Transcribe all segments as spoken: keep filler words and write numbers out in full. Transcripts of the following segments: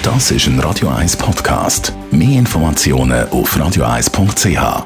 Das ist ein Radio eins Podcast. Mehr Informationen auf radio eins punkt c h.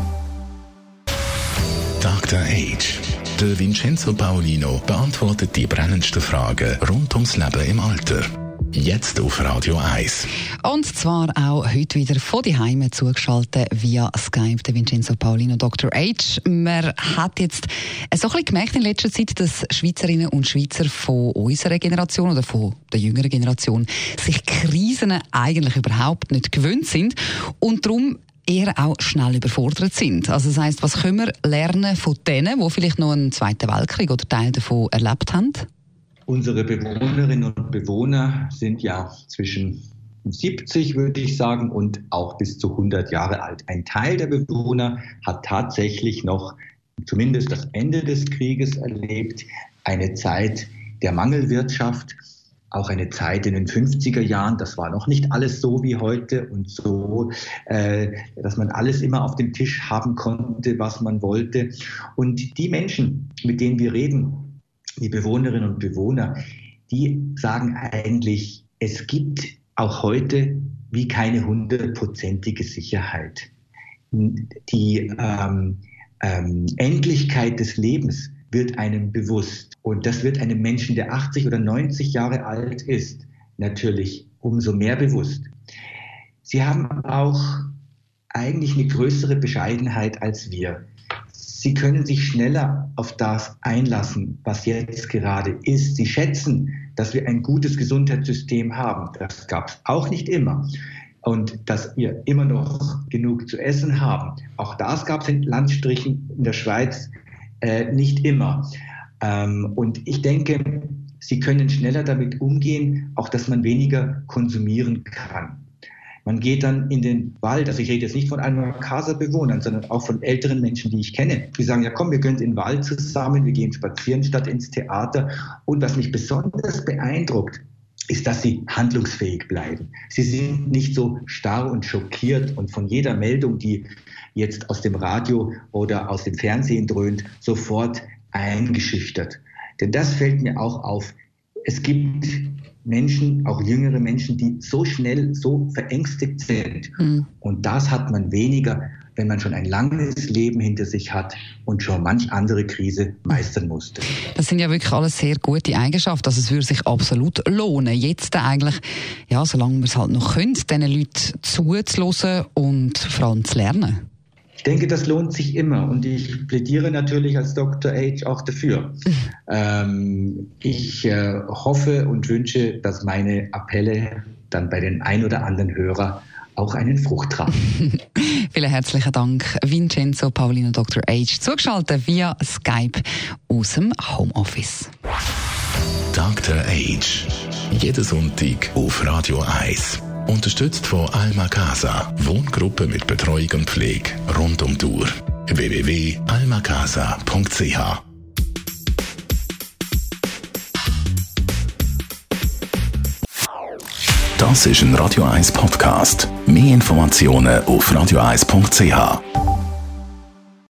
Doktor Age. Der Vincenzo Paolino beantwortet die brennendsten Fragen rund ums Leben im Alter. Jetzt auf Radio eins. Und zwar auch heute wieder von die Heime zugeschaltet via Skype, der Vincenzo Paolino, Doktor Age. Man hat jetzt so ein bisschen gemerkt in letzter Zeit, dass Schweizerinnen und Schweizer von unserer Generation oder von der jüngeren Generation sich Krisen eigentlich überhaupt nicht gewöhnt sind und darum eher auch schnell überfordert sind. Also das heisst, was können wir lernen von denen, die vielleicht noch einen Zweiten Weltkrieg oder Teil davon erlebt haben? Unsere Bewohnerinnen und Bewohner sind ja zwischen siebzig, würde ich sagen, und auch bis zu hundert Jahre alt. Ein Teil der Bewohner hat tatsächlich noch zumindest das Ende des Krieges erlebt, eine Zeit der Mangelwirtschaft, auch eine Zeit in den fünfziger Jahren, das war noch nicht alles so wie heute und so, äh, dass man alles immer auf dem Tisch haben konnte, was man wollte. Und die Menschen, mit denen wir reden, die Bewohnerinnen und Bewohner, die sagen eigentlich, es gibt auch heute wie keine hundertprozentige Sicherheit. Die ähm, ähm, Endlichkeit des Lebens wird einem bewusst. Und das wird einem Menschen, der achtzig oder neunzig Jahre alt ist, natürlich umso mehr bewusst. Sie haben auch eigentlich eine größere Bescheidenheit als wir. Sie können sich schneller auf das einlassen, was jetzt gerade ist. Sie schätzen, dass wir ein gutes Gesundheitssystem haben. Das gab es auch nicht immer. Und dass wir immer noch genug zu essen haben. Auch das gab es in Landstrichen in der Schweiz äh, nicht immer. Ähm, und ich denke, Sie können schneller damit umgehen, auch dass man weniger konsumieren kann. Man geht dann in den Wald, also ich rede jetzt nicht von Alma-Casa-Bewohnern, sondern auch von älteren Menschen, die ich kenne. Die sagen, ja komm, wir gehen in den Wald zusammen, wir gehen spazieren statt ins Theater. Und was mich besonders beeindruckt, ist, dass sie handlungsfähig bleiben. Sie sind nicht so starr und schockiert und von jeder Meldung, die jetzt aus dem Radio oder aus dem Fernsehen dröhnt, sofort eingeschüchtert. Denn das fällt mir auch auf. Es gibt Menschen, auch jüngere Menschen, die so schnell, so verängstigt sind. Mhm. Und das hat man weniger, wenn man schon ein langes Leben hinter sich hat und schon manch andere Krise meistern musste. Das sind ja wirklich alles sehr gute Eigenschaften. Also es würde sich absolut lohnen, jetzt eigentlich, ja, solange wir es halt noch können, diesen Leuten zuzuhören und vor allem zu lernen. Ich denke, das lohnt sich immer und ich plädiere natürlich als Doktor Age auch dafür. ähm, ich äh, hoffe und wünsche, dass meine Appelle dann bei den ein oder anderen Hörer auch einen Frucht tragen. Vielen herzlichen Dank, Vincenzo Paolino, Doktor Age, zugeschaltet via Skype aus dem Homeoffice. Doktor Age. Jeden Sonntag auf Radio eins. Unterstützt von Alma-Casa, Wohngruppe mit Betreuung und Pflege rund um die Uhr. w w w punkt alma casa punkt c h. Das ist ein Radio eins Podcast. Mehr Informationen auf radio eins punkt c h.